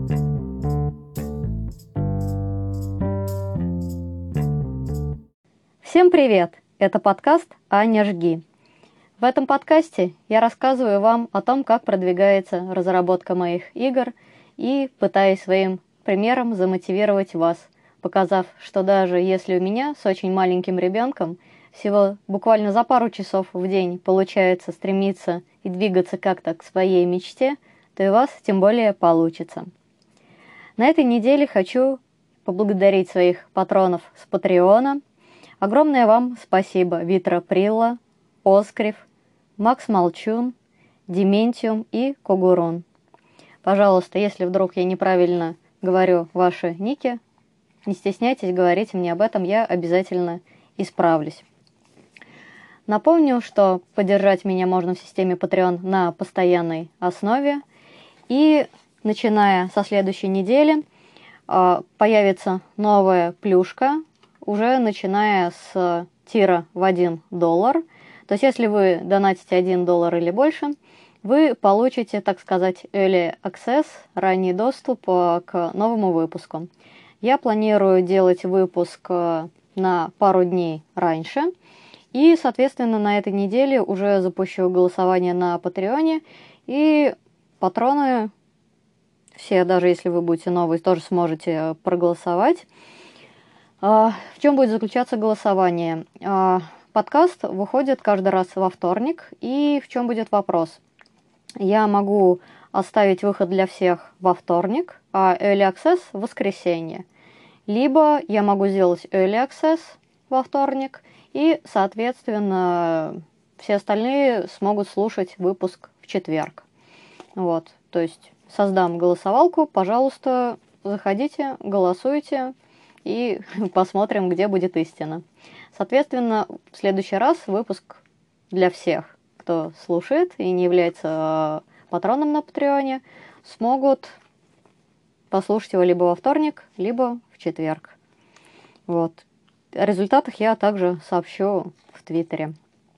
Всем привет! Это подкаст «Аня, жги». В этом подкасте я рассказываю вам о том, как продвигается разработка моих игр и пытаюсь своим примером замотивировать вас, показав, что даже если у меня с очень маленьким ребенком всего буквально за пару часов в день получается стремиться и двигаться как-то к своей мечте, то и у вас тем более получится. На этой неделе хочу поблагодарить своих патронов с Патреона. Огромное вам спасибо Витра Прилла, Оскрив, Макс Молчун, Дементиум и Когурон. Пожалуйста, если вдруг я неправильно говорю ваши ники, не стесняйтесь, говорите мне об этом, я обязательно исправлюсь. Напомню, что поддержать меня можно в системе Patreon на постоянной основе. И начиная со следующей недели появится новая плюшка, уже начиная с тира в $1. То есть, если вы донатите $1 или больше, вы получите, так сказать, early access, ранний доступ к новому выпуску. Я планирую делать выпуск на пару дней раньше. И, соответственно, на этой неделе уже запущу голосование на Патреоне. И патроны, все, даже если вы будете новые, тоже сможете проголосовать. В чем будет заключаться голосование? Подкаст выходит каждый раз во вторник. И в чем будет вопрос? Я могу оставить выход для всех во вторник, а Early Access в воскресенье. Либо я могу сделать Early Access во вторник, и, соответственно, все остальные смогут слушать выпуск в четверг. Вот, то есть создам голосовалку, пожалуйста, заходите, голосуйте. И посмотрим, где будет истина. Соответственно, в следующий раз выпуск для всех, кто слушает и не является патроном на Патреоне, смогут послушать его либо во вторник, либо в четверг. Вот. О результатах я также сообщу в Твиттере.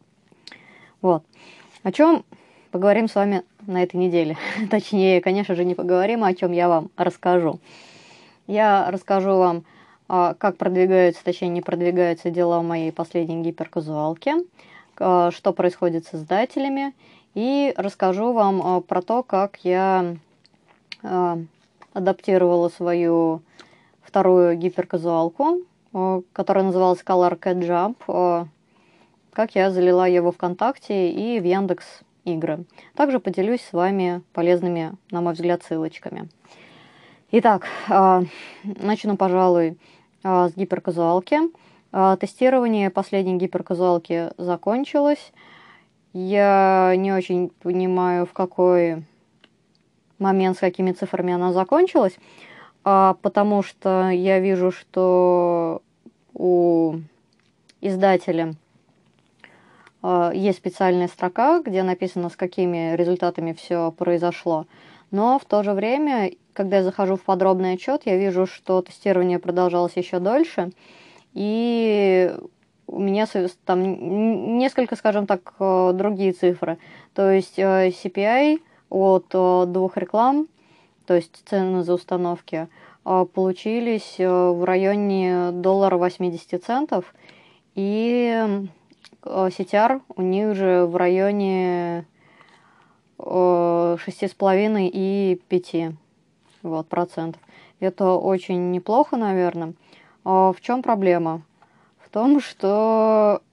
Вот. О чем поговорим с вами на этой неделе? Точнее, конечно же, не поговорим, а о чем я вам расскажу. Я расскажу вам, как продвигаются, точнее не продвигаются дела в моей последней гиперказуалке, что происходит с издателями, и расскажу вам про то, как я адаптировала свою вторую гиперказуалку, которая называлась Color Cat Jump, как я залила ее во ВКонтакте и в Яндекс Игры. Также поделюсь с вами полезными, на мой взгляд, ссылочками. Итак, начну, пожалуй, с гиперказуалки. Тестирование последней гиперказуалки закончилось. Я не очень понимаю, в какой момент, с какими цифрами она закончилась, потому что я вижу, что у издателя есть специальная строка, где написано, с какими результатами все произошло. Но в то же время, когда я захожу в подробный отчет, я вижу, что тестирование продолжалось еще дольше, и у меня там несколько, скажем так, другие цифры. То есть CPI от 2 реклам, то есть цены за установки, получились в районе $80, и CTR у них же в районе 6,5 и 5 процентов. Это очень неплохо, наверное. В чем проблема? В том, что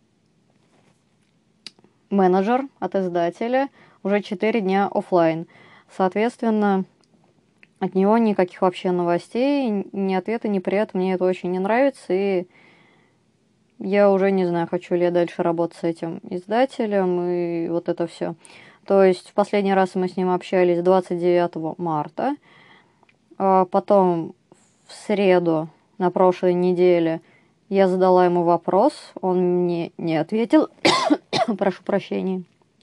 менеджер от издателя уже 4 дня офлайн. Соответственно, от него никаких вообще новостей, ни ответа, ни привет. Мне это очень не нравится, и я уже не знаю, хочу ли я дальше работать с этим издателем, и вот это все. То есть в последний раз мы с ним общались 29 марта. Потом в среду на прошлой неделе я задала ему вопрос, он мне не ответил. Прошу прощения.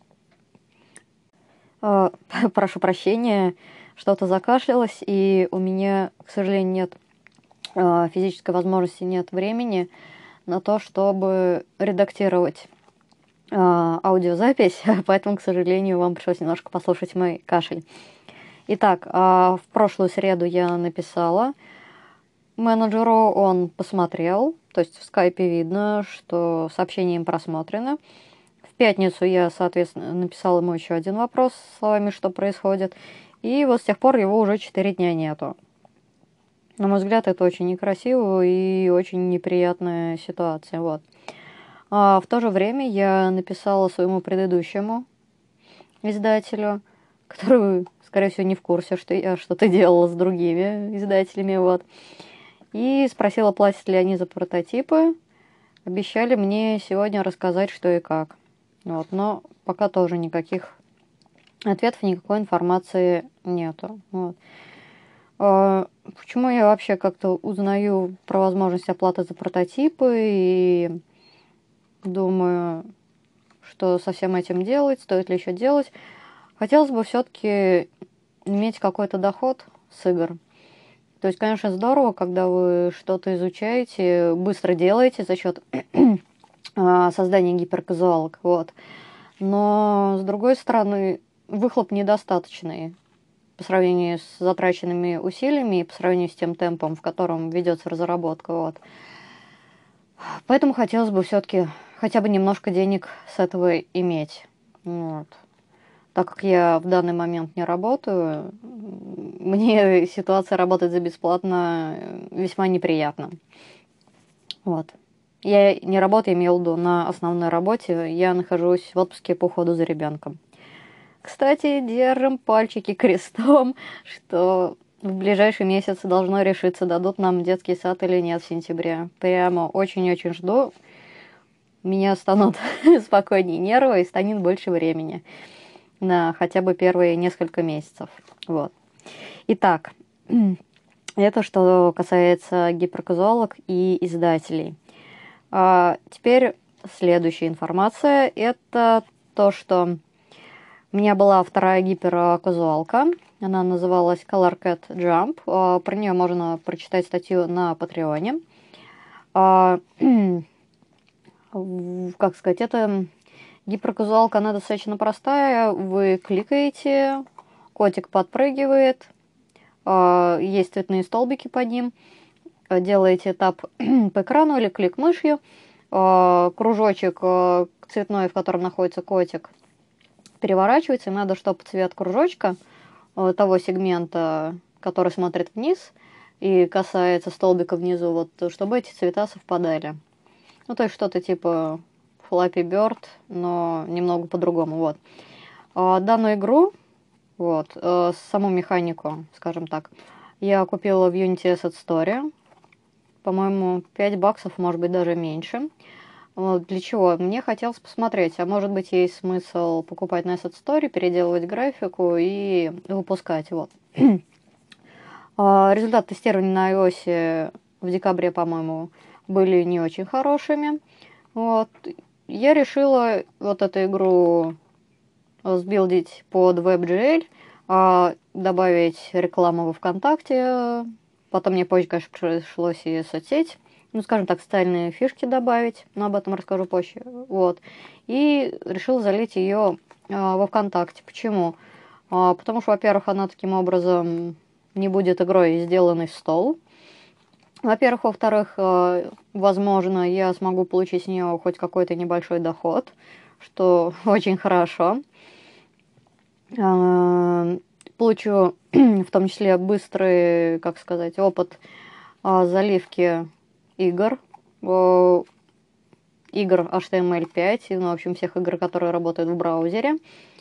Прошу прощения, что-то закашлялось, и у меня, к сожалению, нет физической возможности, нет времени на то, чтобы редактировать аудиозапись, поэтому, к сожалению, вам пришлось немножко послушать мой кашель. Итак, в прошлую среду я написала менеджеру, он посмотрел, то есть в скайпе видно, что сообщение им просмотрено. В пятницу я, соответственно, написала ему еще один вопрос с словами, что происходит. И вот с тех пор его уже 4 дня нету. На мой взгляд, это очень некрасиво и очень неприятная ситуация. Вот. А в то же время я написала своему предыдущему издателю, который, скорее всего, не в курсе, что я что-то делала с другими издателями. Вот. И спросила, платят ли они за прототипы. Обещали мне сегодня рассказать, что и как. Вот. Но пока тоже никаких ответов, никакой информации нету. Вот. Почему я вообще как-то узнаю про возможность оплаты за прототипы и думаю, что со всем этим делать, стоит ли еще делать? Хотелось бы все-таки иметь какой-то доход с игр. То есть, конечно, здорово, когда вы что-то изучаете, быстро делаете за счет создания гиперказуалок. Вот. Но, с другой стороны, выхлоп недостаточный по сравнению с затраченными усилиями и по сравнению с тем темпом, в котором ведется разработка. Вот. Поэтому хотелось бы все-таки хотя бы немножко денег с этого иметь. Вот. Так как я в данный момент не работаю, мне ситуация работать за бесплатно весьма неприятна. Вот. Я не работаю, имею в виду на основной работе, я нахожусь в отпуске по уходу за ребенком. Кстати, держим пальчики крестом, что в ближайший месяц должно решиться, дадут нам детский сад или нет в сентябре. Прямо очень-очень жду. У меня станут спокойнее нервы и станет больше времени на хотя бы первые несколько месяцев. Вот. Итак, это что касается гиперказуалок и издателей. А теперь следующая информация. Это то, что у меня была вторая гиперказуалка. Она называлась Color Cat Jump. Про нее можно прочитать статью на Патреоне. Как сказать, это гиперказуалка, она достаточно простая. Вы кликаете, котик подпрыгивает, есть цветные столбики под ним. Делаете тап по экрану или клик мышью. Кружочек цветной, в котором находится котик, переворачивается. И надо, чтобы цвет кружочка того сегмента, который смотрит вниз и касается столбика внизу, вот, чтобы эти цвета совпадали. Ну, то есть что-то типа Flappy Bird, но немного по-другому. Вот. Данную игру, вот, саму механику, скажем так, я купила в Unity Asset Store. По-моему, $5, может быть, даже меньше. Вот, для чего? Мне хотелось посмотреть, а может быть, есть смысл покупать на Asset Store, переделывать графику и выпускать. Вот. Результаты тестирования на iOS в декабре, по-моему, были не очень хорошими. Вот. Я решила вот эту игру сбилдить под WebGL, добавить рекламу во ВКонтакте. Потом мне позже, конечно, пришлось и соцсеть, ну, скажем так, социальные фишки добавить, но об этом расскажу позже. Вот. И решила залить ее во ВКонтакте. Почему? Потому что, во-первых, она таким образом не будет игрой, сделанной в стол. Во-первых, во-вторых, возможно, я смогу получить с нее хоть какой-то небольшой доход, что очень хорошо. Получу в том числе быстрый, как сказать, опыт заливки игр HTML5, ну, в общем, всех игр, которые работают в браузере.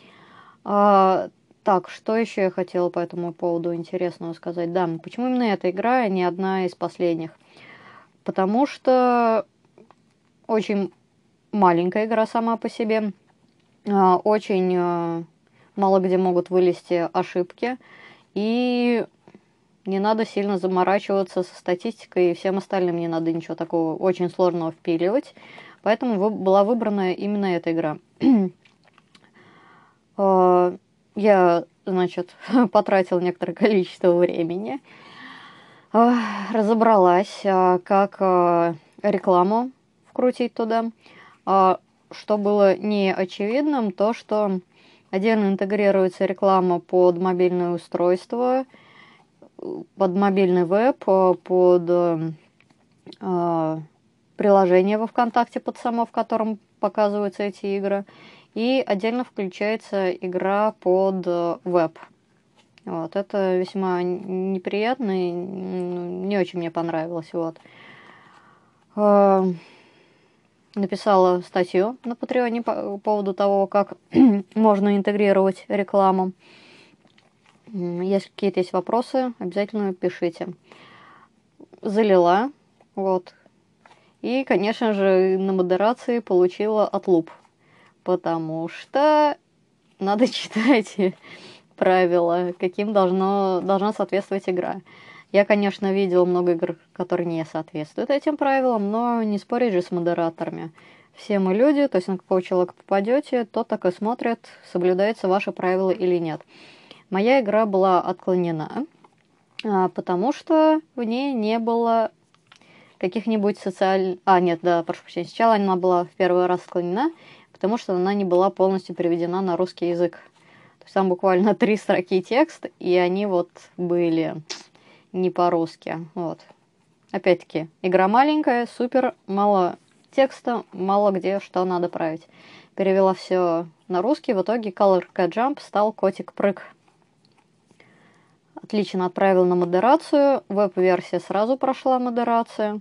Так, что еще я хотела по этому поводу интересного сказать? Да, почему именно эта игра, а не одна из последних? Потому что очень маленькая игра сама по себе, очень мало где могут вылезти ошибки, и не надо сильно заморачиваться со статистикой, и всем остальным не надо ничего такого очень сложного впиливать, поэтому была выбрана именно эта игра. Я, значит, потратила некоторое количество времени, разобралась, как рекламу вкрутить туда. Что было неочевидным, то, что Отдельно интегрируется реклама под мобильное устройство, под мобильный веб, под приложение во ВКонтакте под само, в котором показываются эти игры. И отдельно включается игра под веб. Вот, это весьма неприятно и не очень мне понравилось. Вот. Написала статью на Патреоне по поводу того, как можно интегрировать рекламу. Если какие-то есть вопросы, обязательно пишите. Залила, вот. И, конечно же, на модерации получила отлуп, потому что надо читать правила, каким должна соответствовать игра. Я, конечно, видела много игр, которые не соответствуют этим правилам, но не спорить же с модераторами. Все мы люди, то есть на какого человека попадете, тот так и смотрит, соблюдаются ваши правила или нет. Моя игра была отклонена, потому что в ней не было каких-нибудь социальных... прошу прощения, сначала она была в первый раз отклонена, потому что она не была полностью переведена на русский язык. То есть там буквально 3 строки текст, и они вот были не по-русски. Вот. Опять-таки, игра маленькая, супер, мало текста, мало где что надо править. Перевела все на русский, в итоге Color Cat Jump стал котик-прыг. Отлично отправил на модерацию, веб-версия сразу прошла модерацию,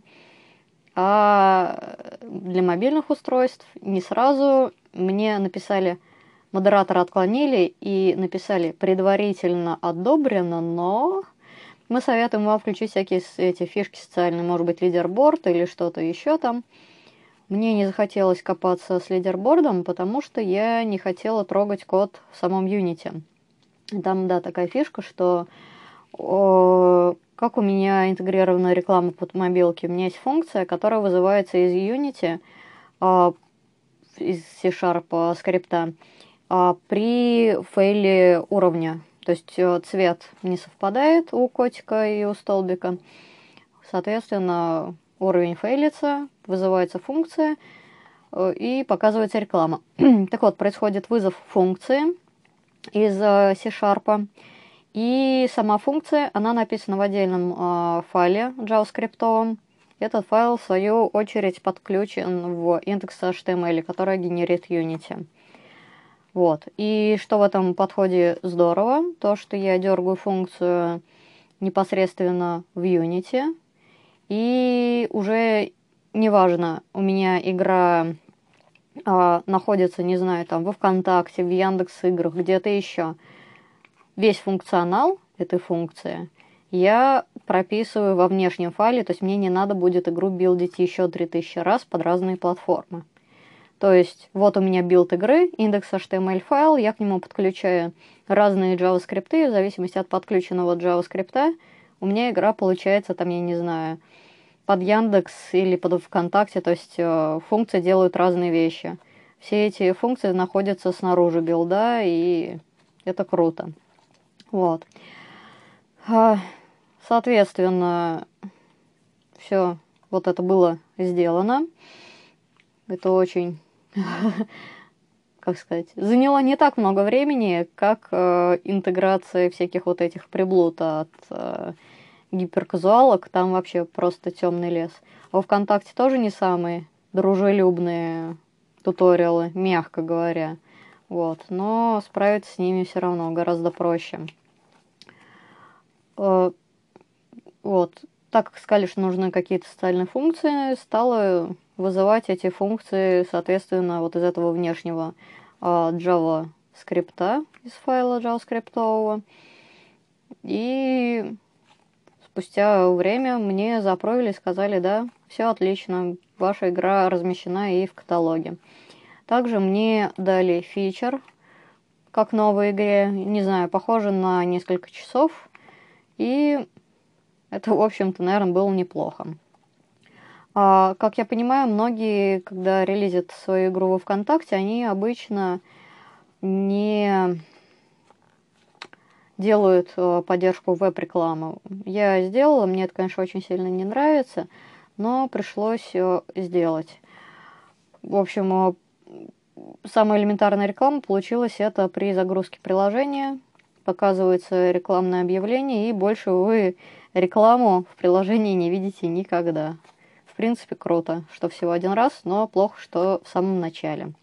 а для мобильных устройств не сразу. Мне написали, модератора отклонили и написали предварительно одобрено, но мы советуем вам включить всякие эти фишки социальные, может быть, лидерборд или что-то еще там. Мне не захотелось копаться с лидербордом, потому что я не хотела трогать код в самом Unity. Там, да, такая фишка, что как у меня интегрирована реклама под мобилки, у меня есть функция, которая вызывается из Unity, из C# скрипта, при фейле уровня. То есть цвет не совпадает у котика и у столбика. Соответственно, уровень фейлится, вызывается функция и показывается реклама. Так вот, происходит вызов функции из C#. И сама функция, она написана в отдельном файле JavaScript. Этот файл, в свою очередь, подключен в index.html, который генерит Unity. Вот. И что в этом подходе здорово, то, что я дергаю функцию непосредственно в Unity, и уже неважно, у меня игра находится, не знаю, там во ВКонтакте, в Яндекс.Играх, где-то еще. Весь функционал этой функции я прописываю во внешнем файле, то есть мне не надо будет игру билдить еще 3000 раз под разные платформы. То есть вот у меня билд игры, index.html файл, я к нему подключаю разные JavaScript, и в зависимости от подключенного JavaScript у меня игра получается, там, я не знаю, под Яндекс или под ВКонтакте, то есть функции делают разные вещи. Все эти функции находятся снаружи билда, и это круто. Вот. Соответственно, все вот это было сделано. Это очень, как сказать, заняло не так много времени, как интеграция всяких вот этих приблуд от гиперказуалок. Там вообще просто темный лес. А ВКонтакте тоже не самые дружелюбные туториалы, мягко говоря. Вот. Но справиться с ними все равно гораздо проще. Вот. Так как сказали, что нужны какие-то социальные функции, стала вызывать эти функции, соответственно, вот из этого внешнего Java скрипта, из файла JavaScript. И спустя время мне запровили и сказали, да, все отлично, ваша игра размещена и в каталоге. Также мне дали фичер, как в новой игре, не знаю, похоже на несколько часов. И это, в общем-то, наверное, было неплохо. Как я понимаю, многие, когда релизят свою игру во ВКонтакте, они обычно не делают поддержку веб-рекламы. Я сделала, мне это, конечно, очень сильно не нравится, но пришлось сделать. В общем, самая элементарная реклама получилась это при загрузке приложения. Показывается рекламное объявление, и больше вы рекламу в приложении не видите никогда. В принципе, круто, что всего один раз, но плохо, что в самом начале.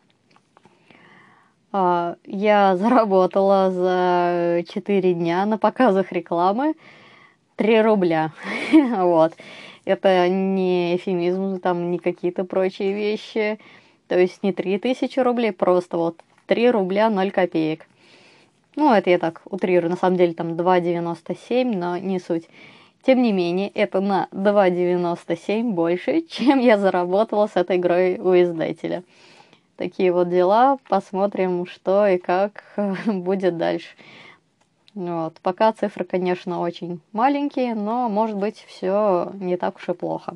Я заработала за 4 дня на показах рекламы 3 рубля. Вот. Это не эфемизм, там не какие-то прочие вещи. То есть не 3000 рублей, просто вот 3 рубля 0 копеек. Ну, это я так утрирую. На самом деле там 2,97, но не суть. Тем не менее, это на 2,97 больше, чем я заработала с этой игрой у издателя. Такие вот дела. Посмотрим, что и как будет дальше. Вот. Пока цифры, конечно, очень маленькие, но, может быть, все не так уж и плохо.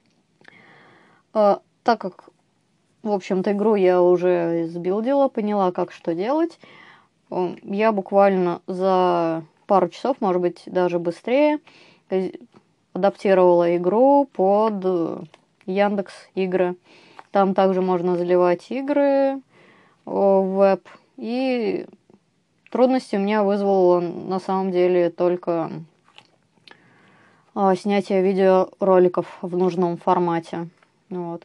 Так как, в общем-то, игру я уже сбилдила, поняла, как что делать, я буквально за пару часов, может быть, даже быстрее, адаптировала игру под Яндекс.Игры. Там также можно заливать игры в веб. И трудности у меня вызвало на самом деле только снятие видеороликов в нужном формате. Вот.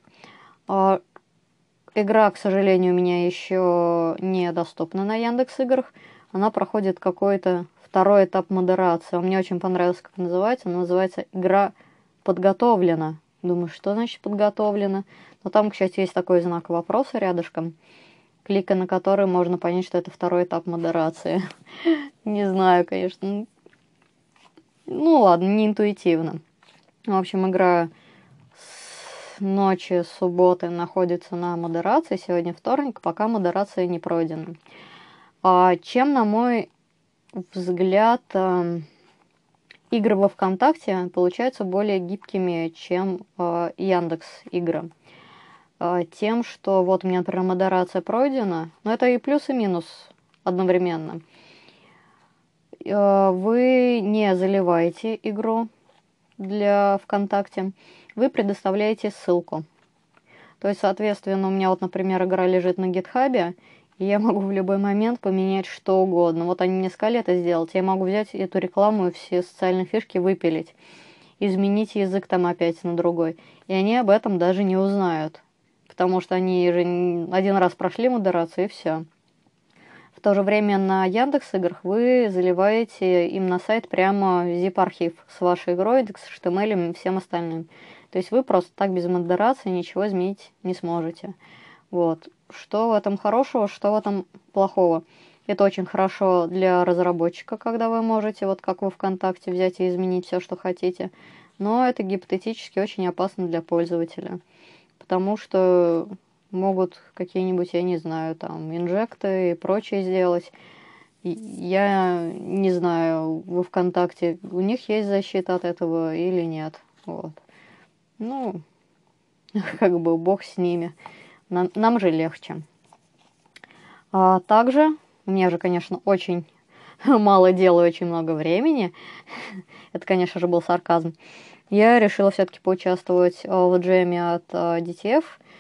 Игра, к сожалению, у меня еще не доступна на Яндекс.Играх. Она проходит какой-то второй этап модерации. Мне очень понравилось, как называется. Она называется «Игра подготовлена». Думаю, что значит подготовлена? Но там, к счастью, есть такой знак вопроса рядышком, кликая на который можно понять, что это второй этап модерации. Не знаю, конечно. Ну ладно, не интуитивно. В общем, игра с ночи субботы находится на модерации. Сегодня вторник, пока модерация не пройдена. Чем, на мой взгляд, игры во ВКонтакте получаются более гибкими, чем Яндекс.Игры. Тем, что вот у меня, например, модерация пройдена, но это и плюс, и минус одновременно. Вы не заливаете игру для ВКонтакте, вы предоставляете ссылку. То есть, соответственно, у меня вот, например, игра лежит на гитхабе, и я могу в любой момент поменять что угодно. Вот они мне сказали это сделать, я могу взять эту рекламу и все социальные фишки выпилить, изменить язык там опять на другой. И они об этом даже не узнают, потому что они же один раз прошли модерацию, и все. В то же время на Яндекс.Играх вы заливаете им на сайт прямо zip-архив с вашей игрой, с HTML и всем остальным. То есть вы просто так без модерации ничего изменить не сможете. Вот. Что в этом хорошего, что в этом плохого? Это очень хорошо для разработчика, когда вы можете, вот как вы ВКонтакте, взять и изменить все, что хотите. Но это гипотетически очень опасно для пользователя. Потому что могут какие-нибудь, я не знаю, там, инжекты и прочее сделать. Я не знаю, во ВКонтакте у них есть защита от этого или нет. Вот. Ну, как бы бог с ними. Нам же легче. Также, мне же, конечно, очень мало дела и очень много времени. Это, конечно же, был сарказм. Я решила все-таки поучаствовать в джеме от DTF.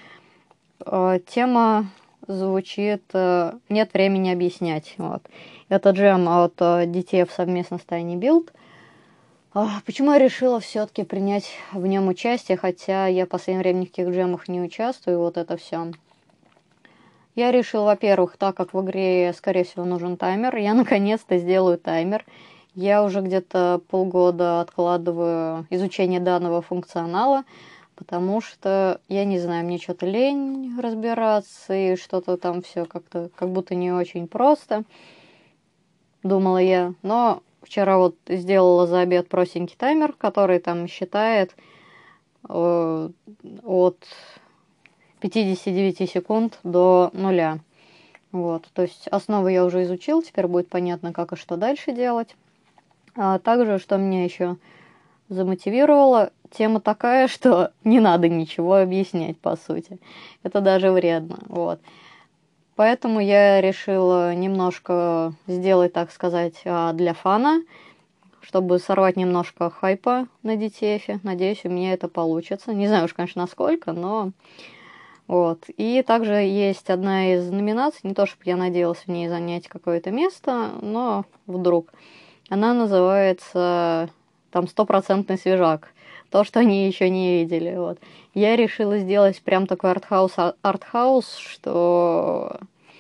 Тема звучит «Нет времени объяснять». Вот. Это джем от DTF совместно с Tiny Build. Почему я решила все-таки принять в нем участие, хотя я в последнее время ни в каких джемах не участвую, вот это все. Я решила, во-первых, так как в игре, скорее всего, нужен таймер, я наконец-то сделаю таймер. Я уже где-то полгода откладываю изучение данного функционала, потому что, я не знаю, мне что-то лень разбираться, и что-то там все как-то как будто не очень просто, думала я. Но вчера вот сделала за обед простенький таймер, который там считает от 59 секунд до 0. Вот, то есть основу я уже изучил, теперь будет понятно, как и что дальше делать. Также, что меня еще замотивировало, тема такая, что не надо ничего объяснять, по сути. Это даже вредно, вот. Поэтому я решила немножко сделать, так сказать, для фана, чтобы сорвать немножко хайпа на DTF. Надеюсь, у меня это получится. Не знаю уж, конечно, насколько, но Вот. И также есть одна из номинаций, не то чтобы я надеялась в ней занять какое-то место, но вдруг. Она называется там «Стопроцентный свежак». То, что они еще не видели. Вот. Я решила сделать прям такой артхаус, что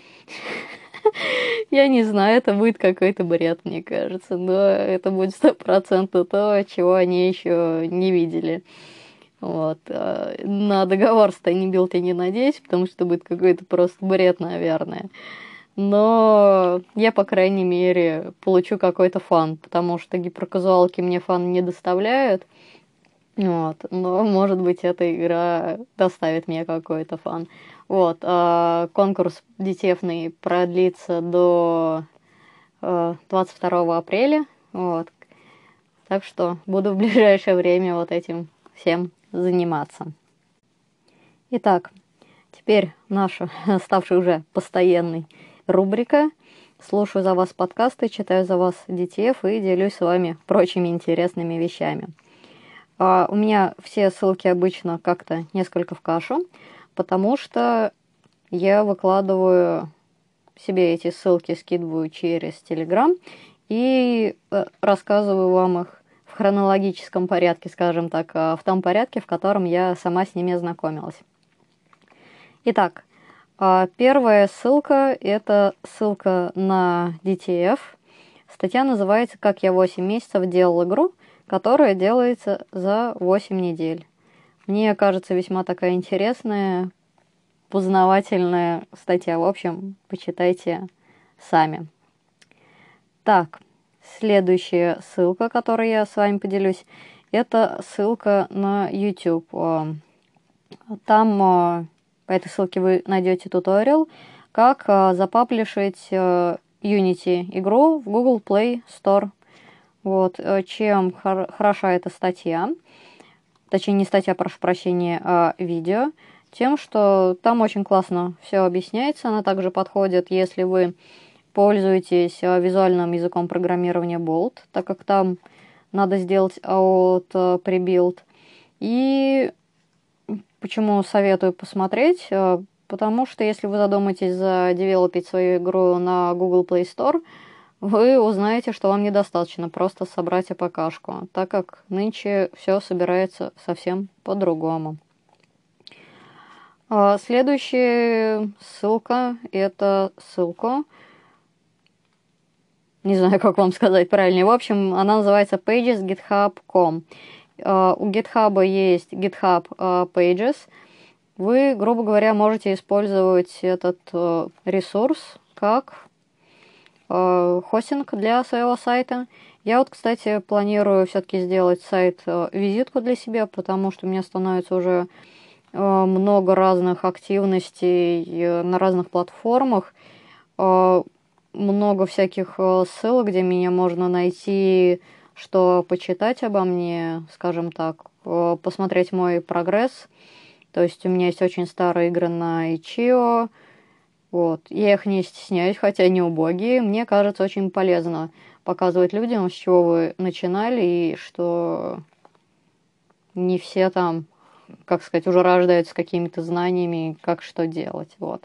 я не знаю, это будет какой-то бред, мне кажется, но это будет 100% то, чего они еще не видели. Вот. На договор с Tiny Build я не надеюсь, потому что будет какой-то просто бред, наверное. Но я, по крайней мере, получу какой-то фан, потому что гиперказуалки мне фан не доставляют. Вот. Но, может быть, эта игра доставит мне какой-то фан. Вот. Конкурс детевный продлится до 22 апреля. Вот. Так что буду в ближайшее время вот этим всем заниматься. Итак, теперь наша, ставшая уже постоянной рубрика. Слушаю за вас подкасты, читаю за вас DTF и делюсь с вами прочими интересными вещами. У меня все ссылки обычно как-то несколько в кашу, потому что я выкладываю себе эти ссылки, скидываю через Telegram и рассказываю вам их в хронологическом порядке, скажем так, в том порядке, в котором я сама с ними ознакомилась. Итак, первая ссылка – это ссылка на DTF. Статья называется «Как я 8 месяцев делал игру, которая делается за 8 недель». Мне кажется, весьма такая интересная, познавательная статья. В общем, почитайте сами. Так, следующая ссылка, которой я с вами поделюсь, это ссылка на YouTube. Там по этой ссылке вы найдете туториал, как запаблишить Unity игру в Google Play Store. Вот. Чем хороша эта статья, точнее не статья, прошу прощения, а видео, тем, что там очень классно все объясняется. Она также подходит, если вы пользуетесь визуальным языком программирования Bolt, так как там надо сделать out pre-build. И почему советую посмотреть? Потому что если вы задумаетесь задевелопить свою игру на Google Play Store, вы узнаете, что вам недостаточно просто собрать АПК-шку, так как нынче все собирается совсем по-другому. Следующая ссылка – это ссылка, не знаю, как вам сказать правильнее. В общем, она называется pages.github.com. У GitHub есть GitHub Pages. Вы, грубо говоря, можете использовать этот ресурс как хостинг для своего сайта. Я вот, кстати, планирую все-таки сделать сайт-визитку для себя, потому что у меня становится уже много разных активностей на разных платформах, много всяких ссылок, где меня можно найти, что почитать обо мне, скажем так, посмотреть мой прогресс. То есть у меня есть очень старые игры на Itch.io. Вот. Я их не стесняюсь, хотя они убогие. Мне кажется, очень полезно показывать людям, с чего вы начинали, и что не все там, как сказать, уже рождаются с какими-то знаниями, как что делать. Вот.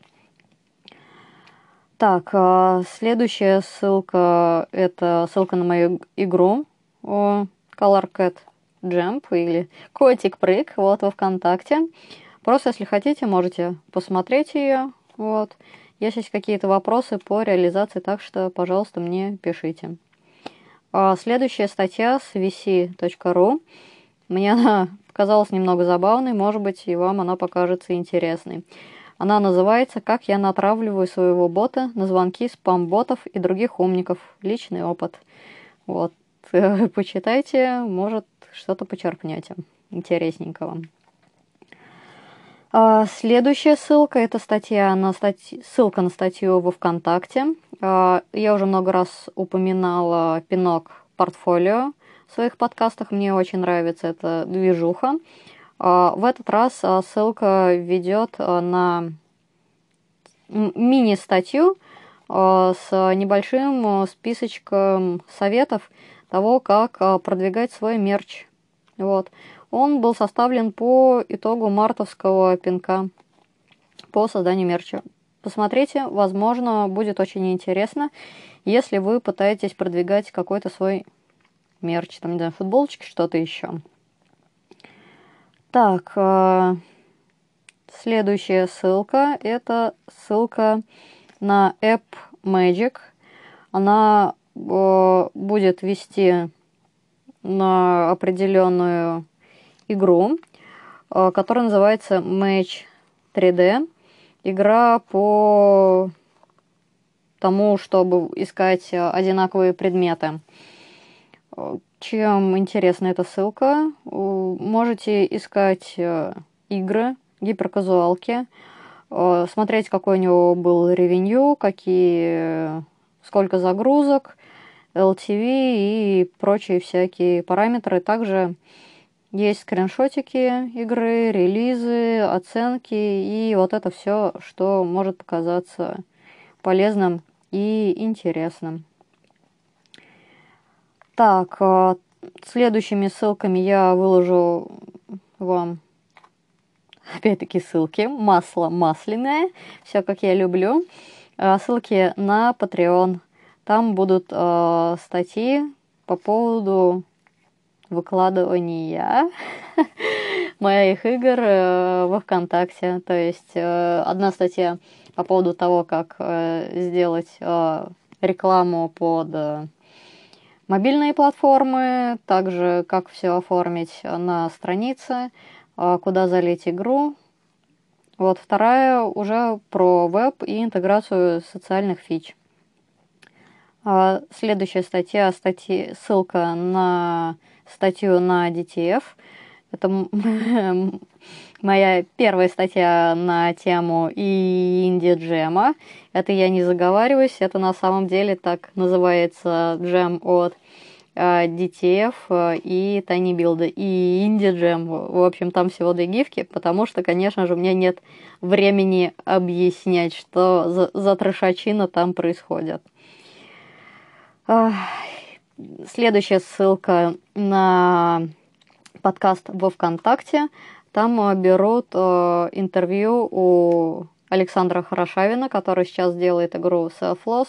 Так, следующая ссылка – это ссылка на мою игру Color Cat Jump или Котик Прыг, вот, во ВКонтакте. Просто, если хотите, можете посмотреть ее. Вот. Есть какие-то вопросы по реализации, так что, пожалуйста, мне пишите. Следующая статья с vc.ru. Мне она показалась немного забавной, может быть, и вам она покажется интересной. Она называется «Как я натравливаю своего бота на звонки спам-ботов и других умников. Личный опыт». Вот. Почитайте, может, что-то почерпнете интересненького. Следующая ссылка – это ссылка на статью во ВКонтакте. Я уже много раз упоминала Пинок портфолио в своих подкастах. Мне очень нравится эта движуха. В этот раз ссылка ведет на мини-статью с небольшим списочком советов того, как продвигать свой мерч. Вот. Он был составлен по итогу мартовского пинка. по созданию мерча. Посмотрите, возможно, будет очень интересно, если вы пытаетесь продвигать какой-то свой мерч, там, не знаю, футболочки, что-то еще. Так, следующая ссылка – это ссылка на App Magic. Она будет вести на определенную игру, которая называется Match 3D. Игра по тому, чтобы искать одинаковые предметы. Чем интересна эта ссылка? Можете искать игры, гиперказуалки, смотреть, какой у него был ревенью, сколько загрузок, LTV и прочие всякие параметры. Также есть скриншотики игры, релизы, оценки и вот это все, что может показаться полезным и интересным. Так, следующими ссылками я выложу вам, опять-таки, ссылки. Масло масляное, все как я люблю. Ссылки на Patreon. Там будут статьи по поводу выкладывания моих игр во ВКонтакте. То есть одна статья по поводу того, как сделать рекламу под мобильные платформы, также как все оформить на странице, куда залить игру. Вот вторая уже про веб и интеграцию социальных фич. Следующая статья, ссылка на статью на DTF. Это моя первая статья на тему инди-джема. Это я не заговариваюсь, это на самом деле так называется джем от DTF и Tiny Build и инди-джем. В общем, там всего 2 гифки, потому что, конечно же, у меня нет времени объяснять, что за трешачина там происходит. Следующая ссылка на подкаст во ВКонтакте. Там берут интервью у Александра Хорошавина, который сейчас делает игру Self-Loss.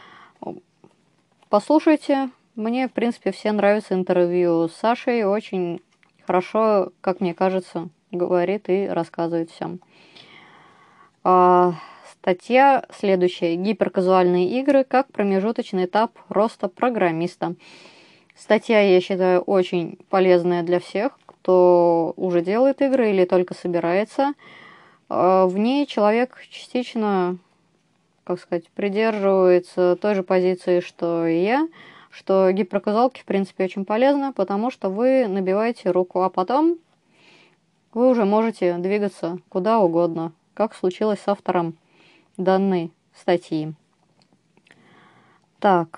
Послушайте. Мне, в принципе, все нравятся интервью с Сашей. Очень хорошо, как мне кажется, говорит и рассказывает всем. Статья следующая. Гиперказуальные игры как промежуточный этап роста программиста. Статья, я считаю, очень полезная для всех, кто уже делает игры или только собирается. В ней человек частично, придерживается той же позиции, что и я, что гиперказуалки, в принципе, очень полезны, потому что вы набиваете руку, а потом вы уже можете двигаться куда угодно, как случилось с автором данной статьи. Так,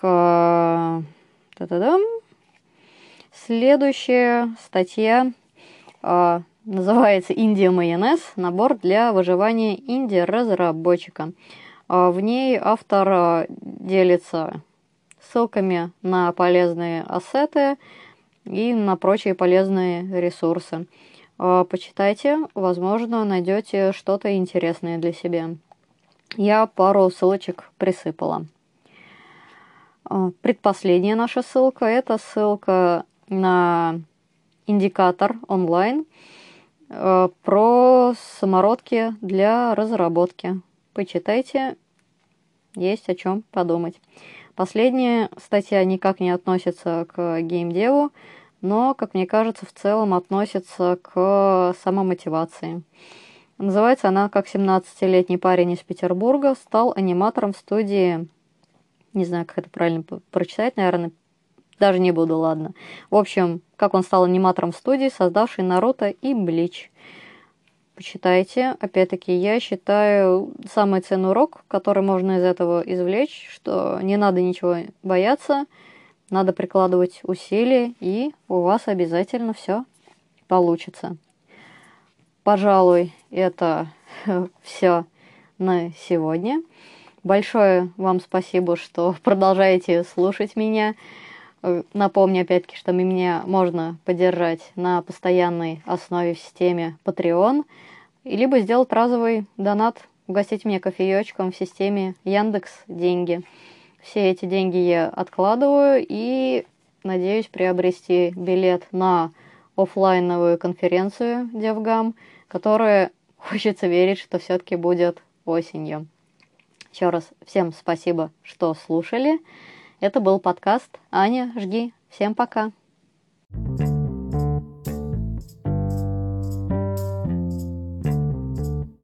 следующая статья называется «Инди-майонез. Набор для выживания инди-разработчика». В ней автор делится ссылками на полезные ассеты и на прочие полезные ресурсы. Почитайте, возможно, найдете что-то интересное для себя. Я пару ссылочек присыпала. Предпоследняя наша ссылка – это ссылка на индикатор онлайн про самородки для разработки. Почитайте, есть о чем подумать. Последняя статья никак не относится к геймдеву, но, как мне кажется, в целом относится к самомотивации. Называется она «Как 17-летний парень из Петербурга стал аниматором в студии...» Не знаю, как это правильно прочитать, наверное, даже не буду, ладно. В общем, как он стал аниматором в студии, создавшей Наруто и Блич. Почитайте. Опять-таки, я считаю, самый ценный урок, который можно из этого извлечь, что не надо ничего бояться, надо прикладывать усилия, и у вас обязательно все получится. Пожалуй, это все на сегодня. Большое вам спасибо, что продолжаете слушать меня. Напомню, опять-таки, что меня можно поддержать на постоянной основе в системе Patreon. либо сделать разовый донат, угостить меня кофеечком в системе Яндекс Деньги. Все эти деньги я откладываю и надеюсь приобрести билет на офлайновую конференцию DevGam, которая, хочется верить, что все-таки будет осенью. Еще раз всем спасибо, что слушали. Это был подкаст «Аня, жги». Всем пока.